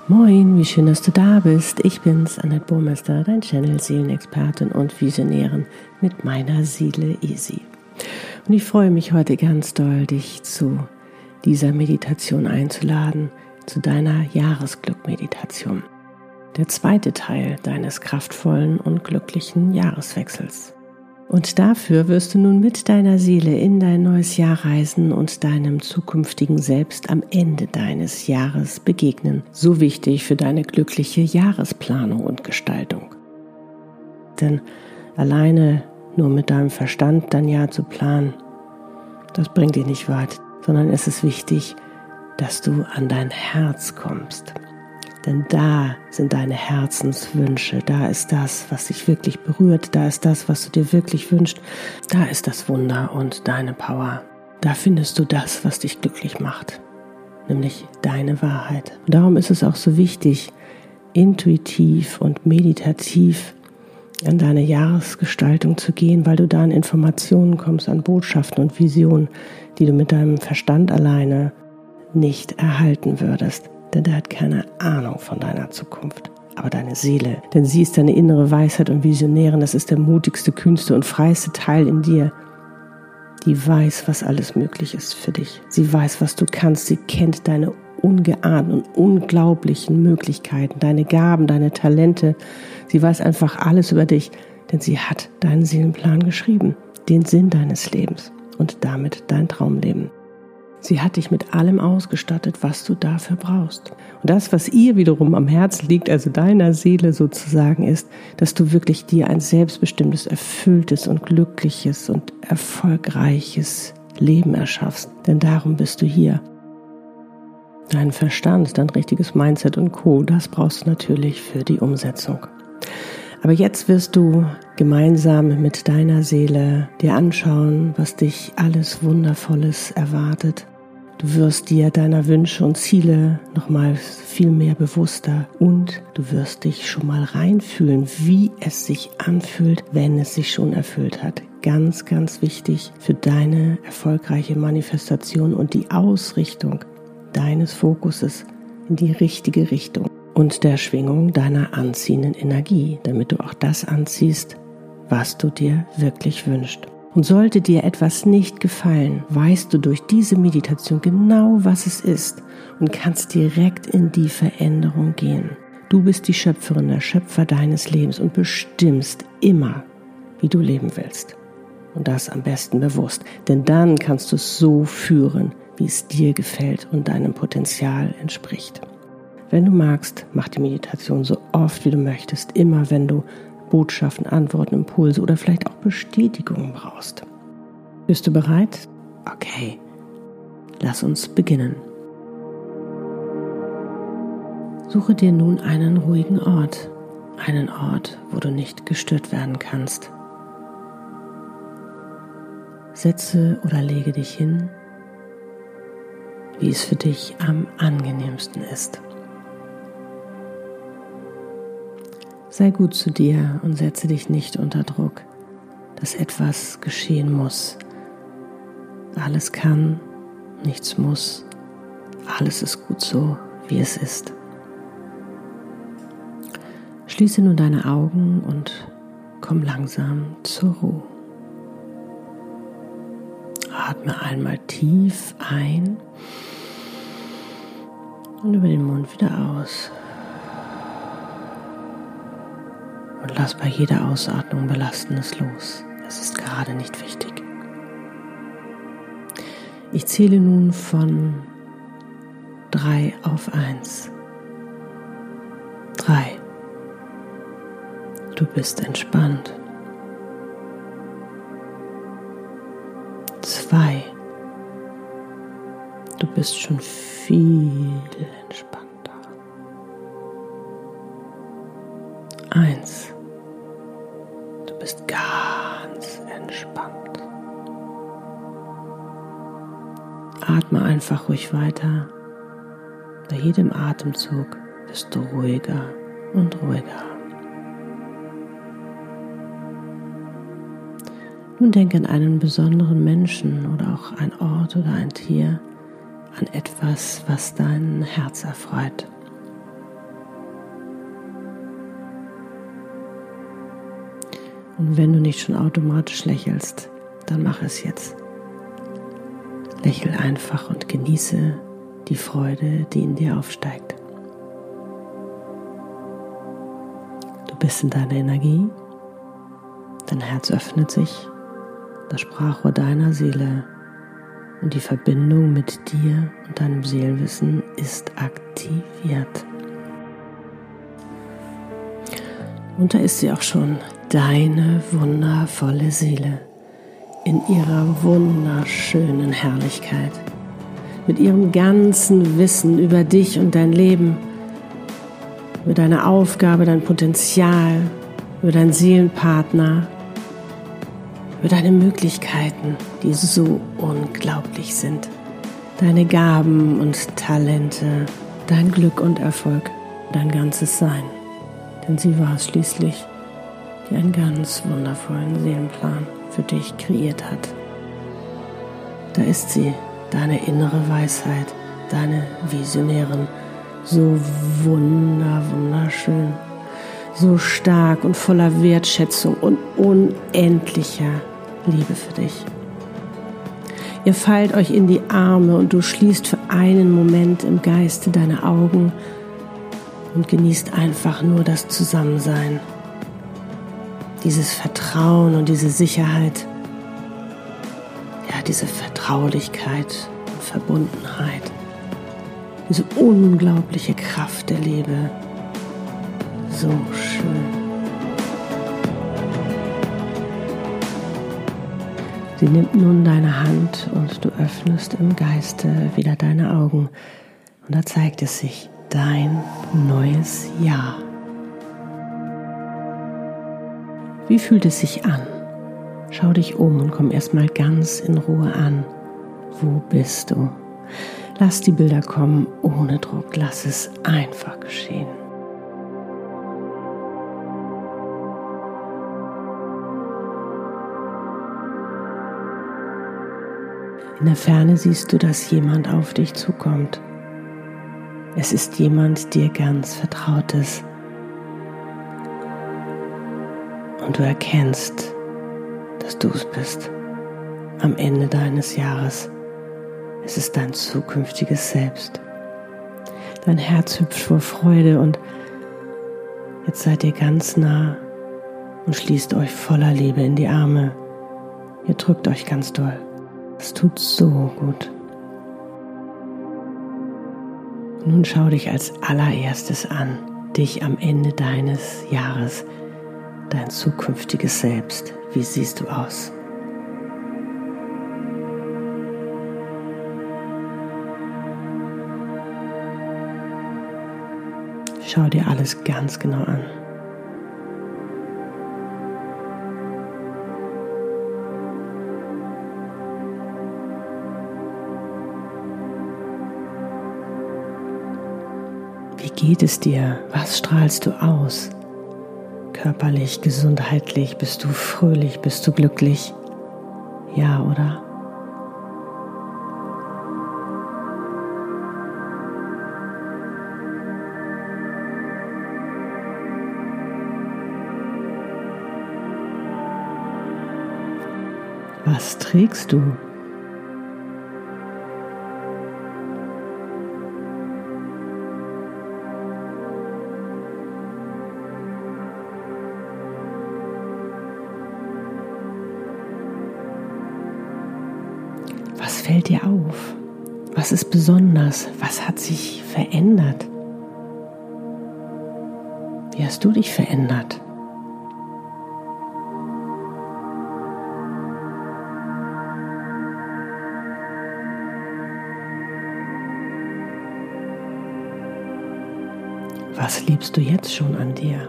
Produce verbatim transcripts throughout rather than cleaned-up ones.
Moin, wie schön, dass du da bist. Ich bin's, Annette Burmester, dein Channel-Seelenexpertin und Visionärin mit meiner Seele Easy. Und ich freue mich heute ganz doll, dich zu dieser Meditation einzuladen, zu deiner Jahresglück-Meditation. Der zweite Teil deines kraftvollen und glücklichen Jahreswechsels. Und dafür wirst du nun mit deiner Seele in dein neues Jahr reisen und deinem zukünftigen Selbst am Ende deines Jahres begegnen. So wichtig für deine glückliche Jahresplanung und Gestaltung. Denn alleine nur mit deinem Verstand dein Jahr zu planen, das bringt dich nicht weit, sondern es ist wichtig, dass du an dein Herz kommst. Denn da sind deine Herzenswünsche, da ist das, was dich wirklich berührt, da ist das, was du dir wirklich wünschst, da ist das Wunder und deine Power. Da findest du das, was dich glücklich macht, nämlich deine Wahrheit. Und darum ist es auch so wichtig, intuitiv und meditativ an deine Jahresgestaltung zu gehen, weil du da an Informationen kommst, an Botschaften und Visionen, die du mit deinem Verstand alleine nicht erhalten würdest. Denn der hat keine Ahnung von deiner Zukunft. Aber deine Seele, denn sie ist deine innere Weisheit und Visionärin, das ist der mutigste, kühnste und freiste Teil in dir. Die weiß, was alles möglich ist für dich. Sie weiß, was du kannst. Sie kennt deine ungeahnten und unglaublichen Möglichkeiten, deine Gaben, deine Talente. Sie weiß einfach alles über dich, denn sie hat deinen Seelenplan geschrieben, den Sinn deines Lebens und damit dein Traumleben. Sie hat dich mit allem ausgestattet, was du dafür brauchst. Und das, was ihr wiederum am Herzen liegt, also deiner Seele sozusagen, ist, dass du wirklich dir ein selbstbestimmtes, erfülltes und glückliches und erfolgreiches Leben erschaffst. Denn darum bist du hier. Dein Verstand, dein richtiges Mindset und Co., das brauchst du natürlich für die Umsetzung. Aber jetzt wirst du gemeinsam mit deiner Seele dir anschauen, was dich alles Wundervolles erwartet. Du wirst dir deiner Wünsche und Ziele nochmal viel mehr bewusster und du wirst dich schon mal reinfühlen, wie es sich anfühlt, wenn es sich schon erfüllt hat. Ganz, ganz wichtig für deine erfolgreiche Manifestation und die Ausrichtung deines Fokuses in die richtige Richtung und der Schwingung deiner anziehenden Energie, damit du auch das anziehst, was du dir wirklich wünschst. Und sollte dir etwas nicht gefallen, weißt du durch diese Meditation genau, was es ist und kannst direkt in die Veränderung gehen. Du bist die Schöpferin, der Schöpfer deines Lebens und bestimmst immer, wie du leben willst. Und das am besten bewusst, denn dann kannst du es so führen, wie es dir gefällt und deinem Potenzial entspricht. Wenn du magst, mach die Meditation so oft, wie du möchtest, immer wenn du Botschaften, Antworten, Impulse oder vielleicht auch Bestätigungen brauchst. Bist du bereit? Okay, lass uns beginnen. Suche dir nun einen ruhigen Ort, einen Ort, wo du nicht gestört werden kannst. Setze oder lege dich hin, wie es für dich am angenehmsten ist. Sei gut zu dir und setze dich nicht unter Druck, dass etwas geschehen muss. Alles kann, nichts muss. Alles ist gut so, wie es ist. Schließe nun deine Augen und komm langsam zur Ruhe. Atme einmal tief ein und über den Mund wieder aus. Und lass bei jeder Ausatmung Belastendes los. Es ist gerade nicht wichtig. Ich zähle nun von drei auf eins. Drei. Du bist entspannt. Zwei. Du bist schon viel entspannter. Eins. Du bist ganz entspannt. Atme einfach ruhig weiter. Bei jedem Atemzug wirst du ruhiger und ruhiger. Nun denk an einen besonderen Menschen oder auch ein Ort oder ein Tier, an etwas, was dein Herz erfreut. Und wenn du nicht schon automatisch lächelst, dann mach es jetzt. Lächel einfach und genieße die Freude, die in dir aufsteigt. Du bist in deiner Energie, dein Herz öffnet sich, das Sprachrohr deiner Seele und die Verbindung mit dir und deinem Seelenwissen ist aktiviert. Und da ist sie auch schon, deine wundervolle Seele in ihrer wunderschönen Herrlichkeit, mit ihrem ganzen Wissen über dich und dein Leben, über deine Aufgabe, dein Potenzial, über deinen Seelenpartner, über deine Möglichkeiten, die so unglaublich sind, deine Gaben und Talente, dein Glück und Erfolg, dein ganzes Sein. Denn sie war es schließlich, die einen ganz wundervollen Seelenplan für dich kreiert hat. Da ist sie, deine innere Weisheit, deine Visionärin, so wunder, wunderschön, so stark und voller Wertschätzung und unendlicher Liebe für dich. Ihr fallt euch in die Arme und du schließt für einen Moment im Geiste deine Augen und genießt einfach nur das Zusammensein. Dieses Vertrauen und diese Sicherheit, ja, diese Vertraulichkeit und Verbundenheit, diese unglaubliche Kraft der Liebe. So schön. Sie nimmt nun deine Hand und du öffnest im Geiste wieder deine Augen und da zeigt es sich, dein neues Jahr. Wie fühlt es sich an? Schau dich um und komm erstmal ganz in Ruhe an. Wo bist du? Lass die Bilder kommen ohne Druck, lass es einfach geschehen. In der Ferne siehst du, dass jemand auf dich zukommt. Es ist jemand dir ganz Vertrautes. Und du erkennst, dass du es bist. Am Ende deines Jahres. Es ist dein zukünftiges Selbst. Dein Herz hüpft vor Freude und jetzt seid ihr ganz nah und schließt euch voller Liebe in die Arme. Ihr drückt euch ganz doll. Es tut so gut. Nun schau dich als allererstes an, dich am Ende deines Jahres, dein zukünftiges Selbst. Wie siehst du aus? Schau dir alles ganz genau an. Wie geht es dir? Was strahlst du aus? Körperlich, gesundheitlich, bist du fröhlich, bist du glücklich? Ja, oder? Was trägst du? Was fällt dir auf? Was ist besonders? Was hat sich verändert? Wie hast du dich verändert? Was liebst du jetzt schon an dir?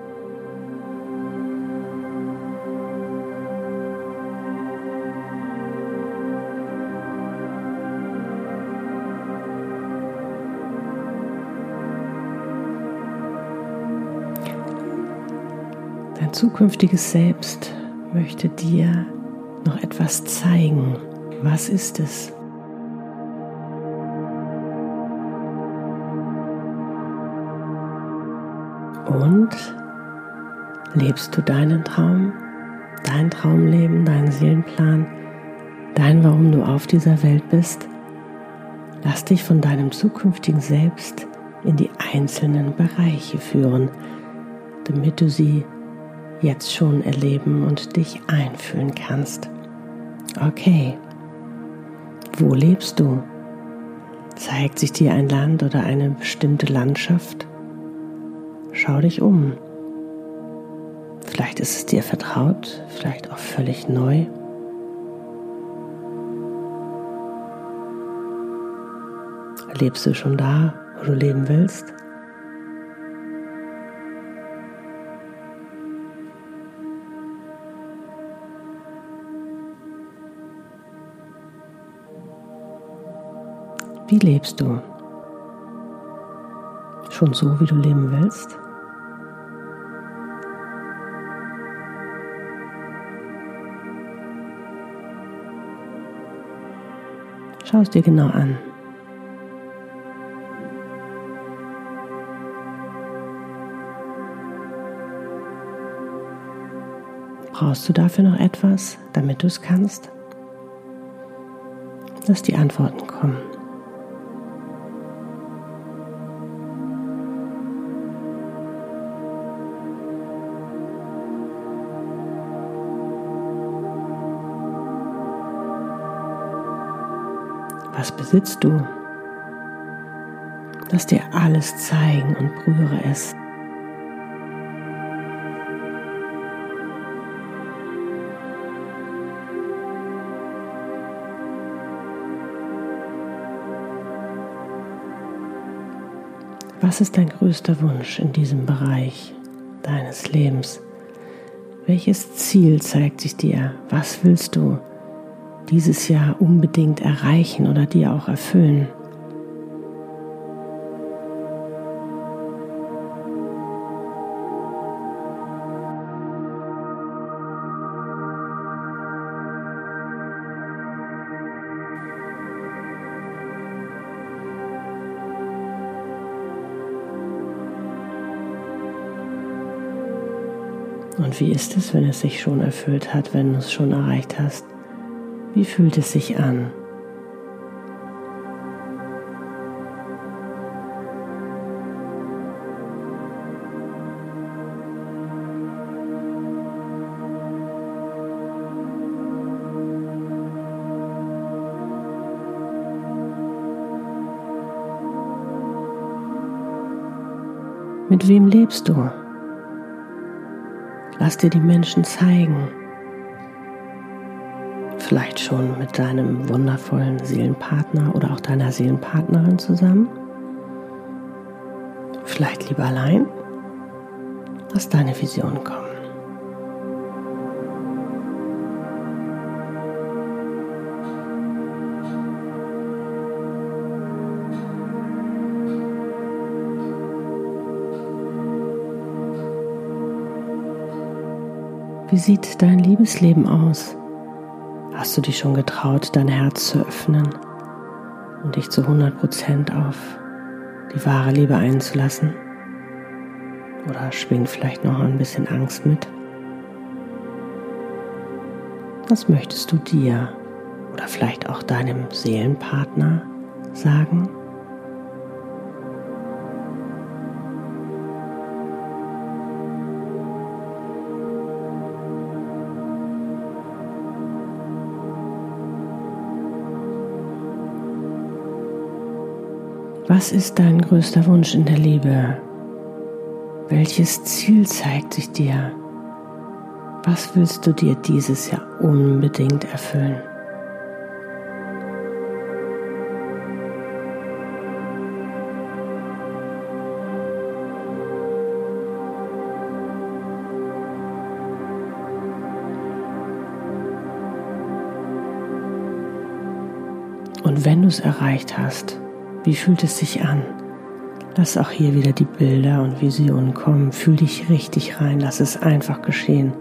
Dein zukünftiges Selbst möchte dir noch etwas zeigen. Was ist es? Und lebst du deinen Traum? dein Traumleben, dein Seelenplan, dein Warum du auf dieser Welt bist. Lass dich von deinem zukünftigen Selbst in die einzelnen Bereiche führen, damit du sie jetzt schon erleben und dich einfühlen kannst. Okay, wo lebst du? Zeigt sich dir ein Land oder eine bestimmte Landschaft? Schau dich um. Vielleicht ist es dir vertraut, vielleicht auch völlig neu. Lebst du schon da, wo du leben willst? Wie lebst du? Schon so, wie du leben willst? Schau es dir genau an. Brauchst du dafür noch etwas, damit du es kannst? Lass die Antworten kommen. Was besitzt du? Lass dir alles zeigen und berühre es. Was ist dein größter Wunsch in diesem Bereich deines Lebens? Welches Ziel zeigt sich dir? Was willst du dieses Jahr unbedingt erreichen oder dir auch erfüllen? Und wie ist es, wenn es sich schon erfüllt hat, wenn du es schon erreicht hast? Wie fühlt es sich an? Mit wem lebst du? Lass dir die Menschen zeigen. Vielleicht schon mit deinem wundervollen Seelenpartner oder auch deiner Seelenpartnerin zusammen. Vielleicht lieber allein. Lass deine Vision kommen. Wie sieht dein Liebesleben aus? Hast du dich schon getraut, dein Herz zu öffnen und dich zu hundert Prozent auf die wahre Liebe einzulassen? Oder schwingt vielleicht noch ein bisschen Angst mit? Was möchtest du dir oder vielleicht auch deinem Seelenpartner sagen? Was ist dein größter Wunsch in der Liebe? Welches Ziel zeigt sich dir? Was willst du dir dieses Jahr unbedingt erfüllen? Und wenn du es erreicht hast, wie fühlt es sich an? Lass auch hier wieder die Bilder und Visionen kommen. Fühl dich richtig rein. Lass es einfach geschehen.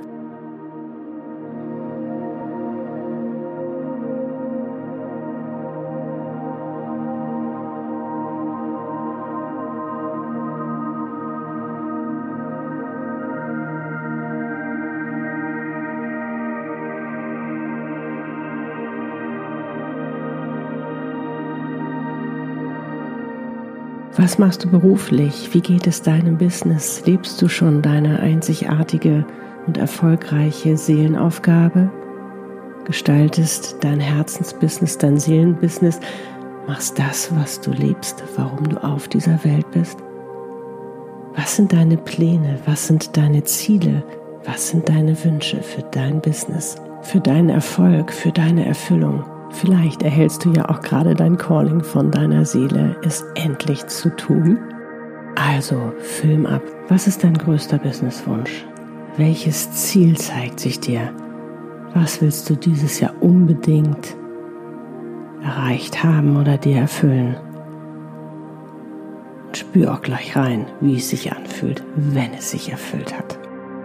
Was machst du beruflich? Wie geht es deinem Business? Lebst du schon deine einzigartige und erfolgreiche Seelenaufgabe? Gestaltest dein Herzensbusiness, dein Seelenbusiness? Machst das, was du liebst, warum du auf dieser Welt bist? Was sind deine Pläne? Was sind deine Ziele? Was sind deine Wünsche für dein Business? Für deinen Erfolg, für deine Erfüllung? Vielleicht erhältst du ja auch gerade dein Calling von deiner Seele, es endlich zu tun. Also, Film ab. Was ist dein größter Businesswunsch? Welches Ziel zeigt sich dir? Was willst du dieses Jahr unbedingt erreicht haben oder dir erfüllen? Und spür auch gleich rein, wie es sich anfühlt, wenn es sich erfüllt hat.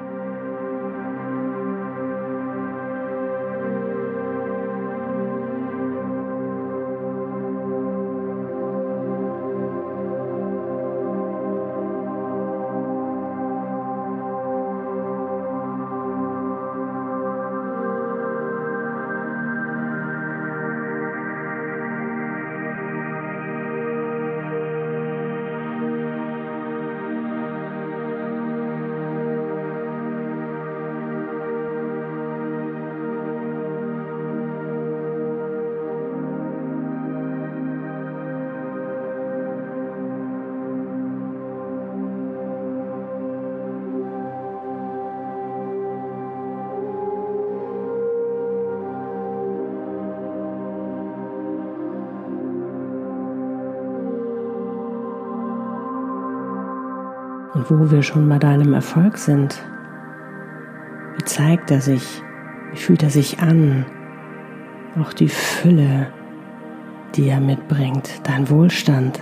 Und wo wir schon bei deinem Erfolg sind, wie zeigt er sich, wie fühlt er sich an, auch die Fülle, die er mitbringt, dein Wohlstand.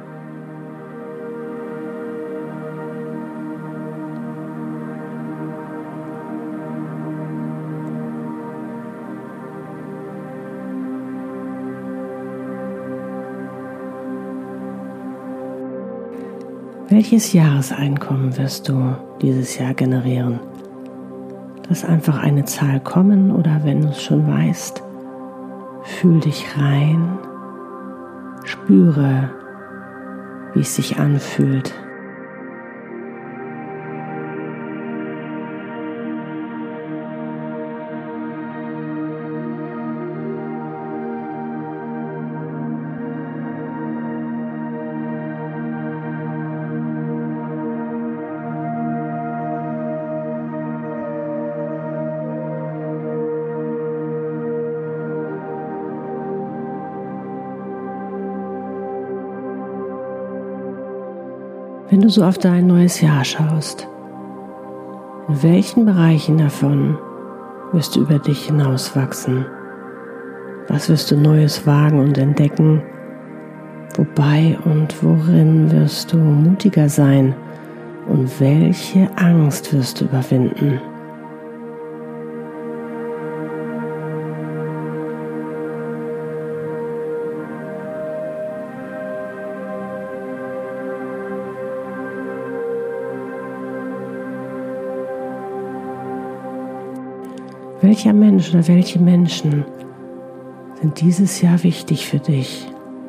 Welches Jahreseinkommen wirst du dieses Jahr generieren? Lass einfach eine Zahl kommen oder wenn du es schon weißt, fühl dich rein, spüre, wie es sich anfühlt. Wenn du so auf dein neues Jahr schaust, in welchen Bereichen davon wirst du über dich hinauswachsen? Was wirst du Neues wagen und entdecken? Wobei und worin wirst du mutiger sein? Und welche Angst wirst du überwinden? Welcher Mensch oder welche Menschen sind dieses Jahr wichtig für dich?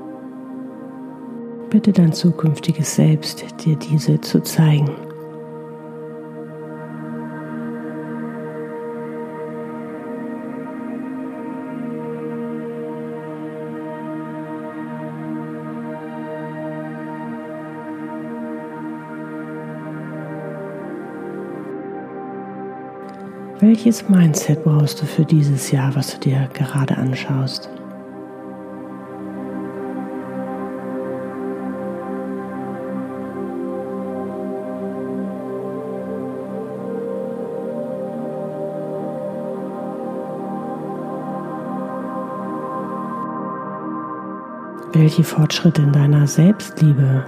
Bitte dein zukünftiges Selbst, dir diese zu zeigen. Welches Mindset brauchst du für dieses Jahr, was du dir gerade anschaust? Welche Fortschritte in deiner Selbstliebe?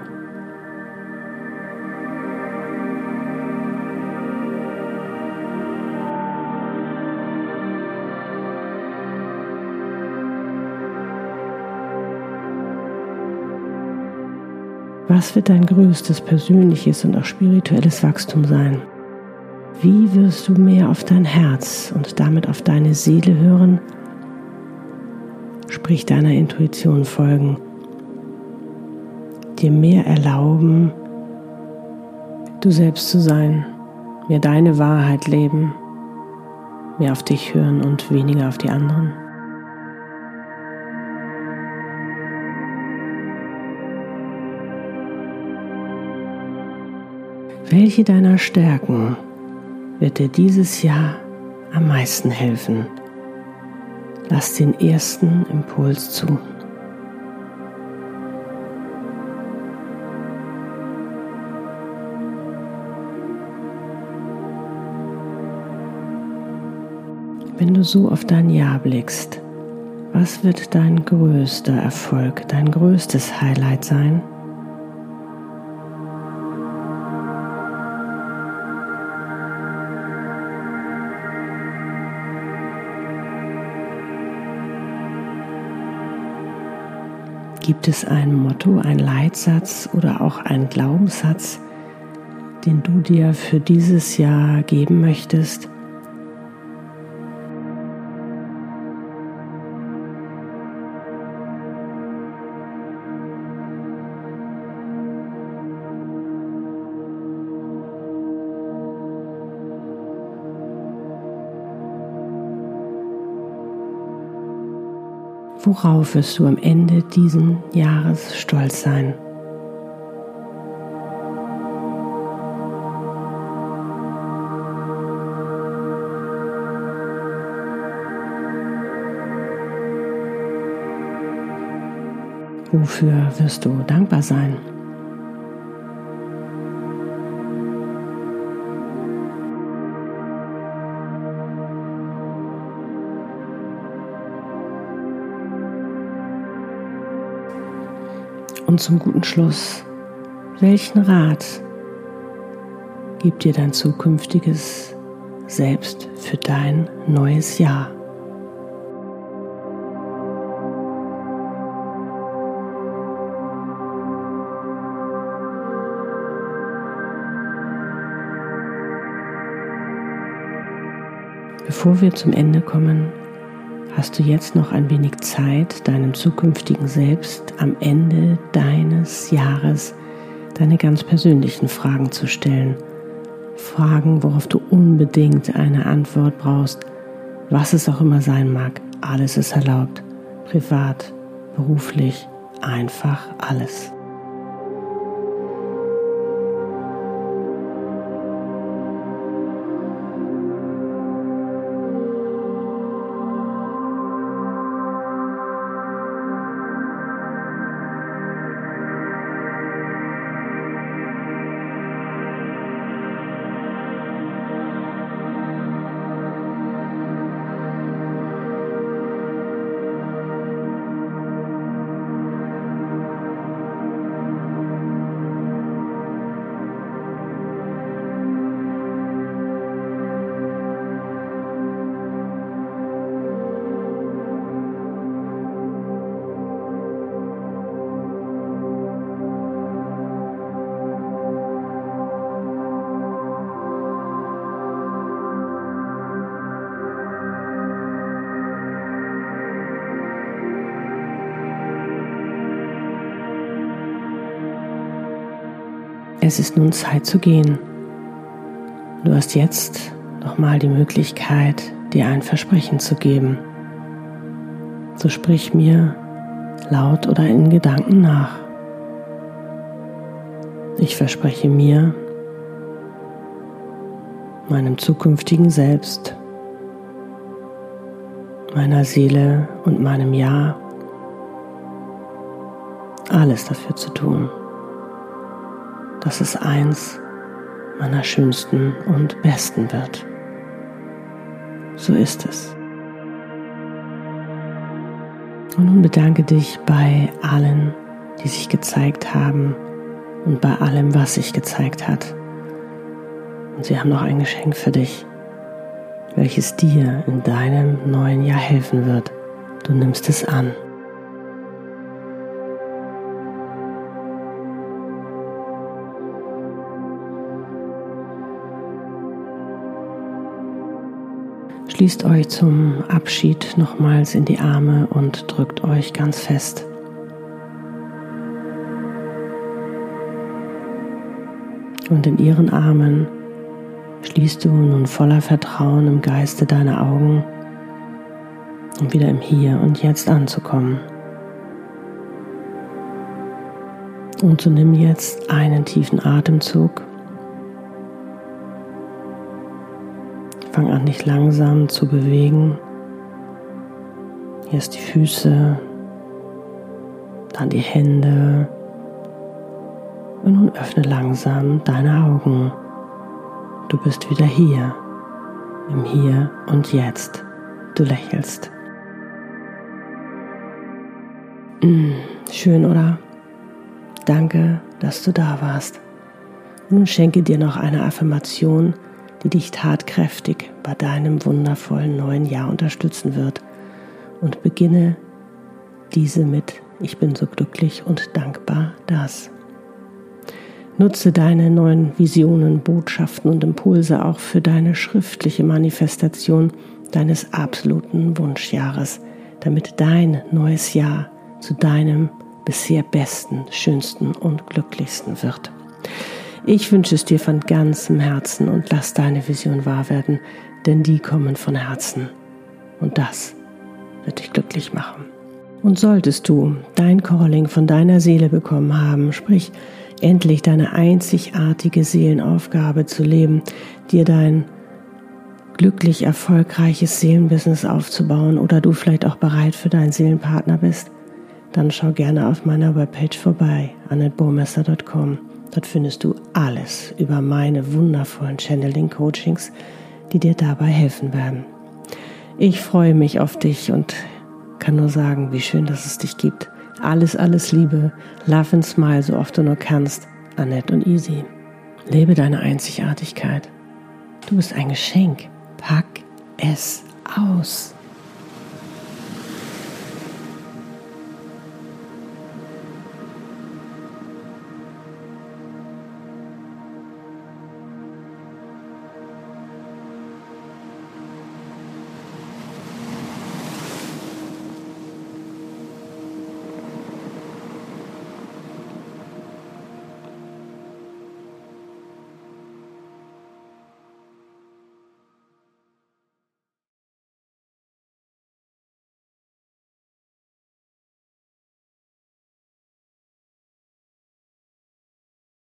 Was wird dein größtes persönliches und auch spirituelles Wachstum sein? Wie wirst du mehr auf dein Herz und damit auf deine Seele hören, sprich deiner Intuition folgen, dir mehr erlauben, du selbst zu sein, mehr deine Wahrheit leben, mehr auf dich hören und weniger auf die anderen? Welche deiner Stärken wird dir dieses Jahr am meisten helfen? Lass den ersten Impuls zu. Wenn du so auf dein Jahr blickst, was wird dein größter Erfolg, dein größtes Highlight sein? Gibt es ein Motto, ein Leitsatz oder auch einen Glaubenssatz, den du dir für dieses Jahr geben möchtest? Worauf wirst du am Ende dieses Jahres stolz sein? Wofür wirst du dankbar sein? Und zum guten Schluss, welchen Rat gibt dir dein zukünftiges Selbst für dein neues Jahr? Bevor wir zum Ende kommen, hast du jetzt noch ein wenig Zeit, deinem zukünftigen Selbst am Ende deines Jahres deine ganz persönlichen Fragen zu stellen. Fragen, worauf du unbedingt eine Antwort brauchst, was es auch immer sein mag. Alles ist erlaubt. Privat, beruflich, einfach alles. Es ist nun Zeit zu gehen. Du hast jetzt nochmal die Möglichkeit, dir ein Versprechen zu geben. So sprich mir laut oder in Gedanken nach. Ich verspreche mir, meinem zukünftigen Selbst, meiner Seele und meinem Ja, alles dafür zu tun, dass es eins meiner schönsten und besten wird. So ist es. Und nun bedanke dich bei allen, die sich gezeigt haben und bei allem, was sich gezeigt hat. Und sie haben noch ein Geschenk für dich, welches dir in deinem neuen Jahr helfen wird. Du nimmst es an. Schließt euch zum Abschied nochmals in die Arme und drückt euch ganz fest. Und in ihren Armen schließt du nun voller Vertrauen im Geiste deine Augen, um wieder im Hier und Jetzt anzukommen. Und so nimm jetzt einen tiefen Atemzug. Fang an, dich langsam zu bewegen. Erst die Füße, dann die Hände. Und nun öffne langsam deine Augen. Du bist wieder hier, im Hier und Jetzt. Du lächelst. Mm, schön, oder? Danke, dass du da warst. Und nun schenke dir noch eine Affirmation, die dich tatkräftig bei deinem wundervollen neuen Jahr unterstützen wird. Und beginne diese mit: Ich bin so glücklich und dankbar, dass. Nutze deine neuen Visionen, Botschaften und Impulse auch für deine schriftliche Manifestation deines absoluten Wunschjahres, damit dein neues Jahr zu deinem bisher besten, schönsten und glücklichsten wird. Ich wünsche es dir von ganzem Herzen und lass deine Vision wahr werden, denn die kommen von Herzen und das wird dich glücklich machen. Und solltest du dein Calling von deiner Seele bekommen haben, sprich endlich deine einzigartige Seelenaufgabe zu leben, dir dein glücklich erfolgreiches Seelenbusiness aufzubauen oder du vielleicht auch bereit für deinen Seelenpartner bist, dann schau gerne auf meiner Webpage vorbei, annette burmester punkt com. Dort findest du alles über meine wundervollen Channeling-Coachings, die dir dabei helfen werden. Ich freue mich auf dich und kann nur sagen, wie schön, dass es dich gibt. Alles, alles Liebe, love and smile, so oft du nur kannst. Annette und Easy. Lebe deine Einzigartigkeit. Du bist ein Geschenk. Pack es aus.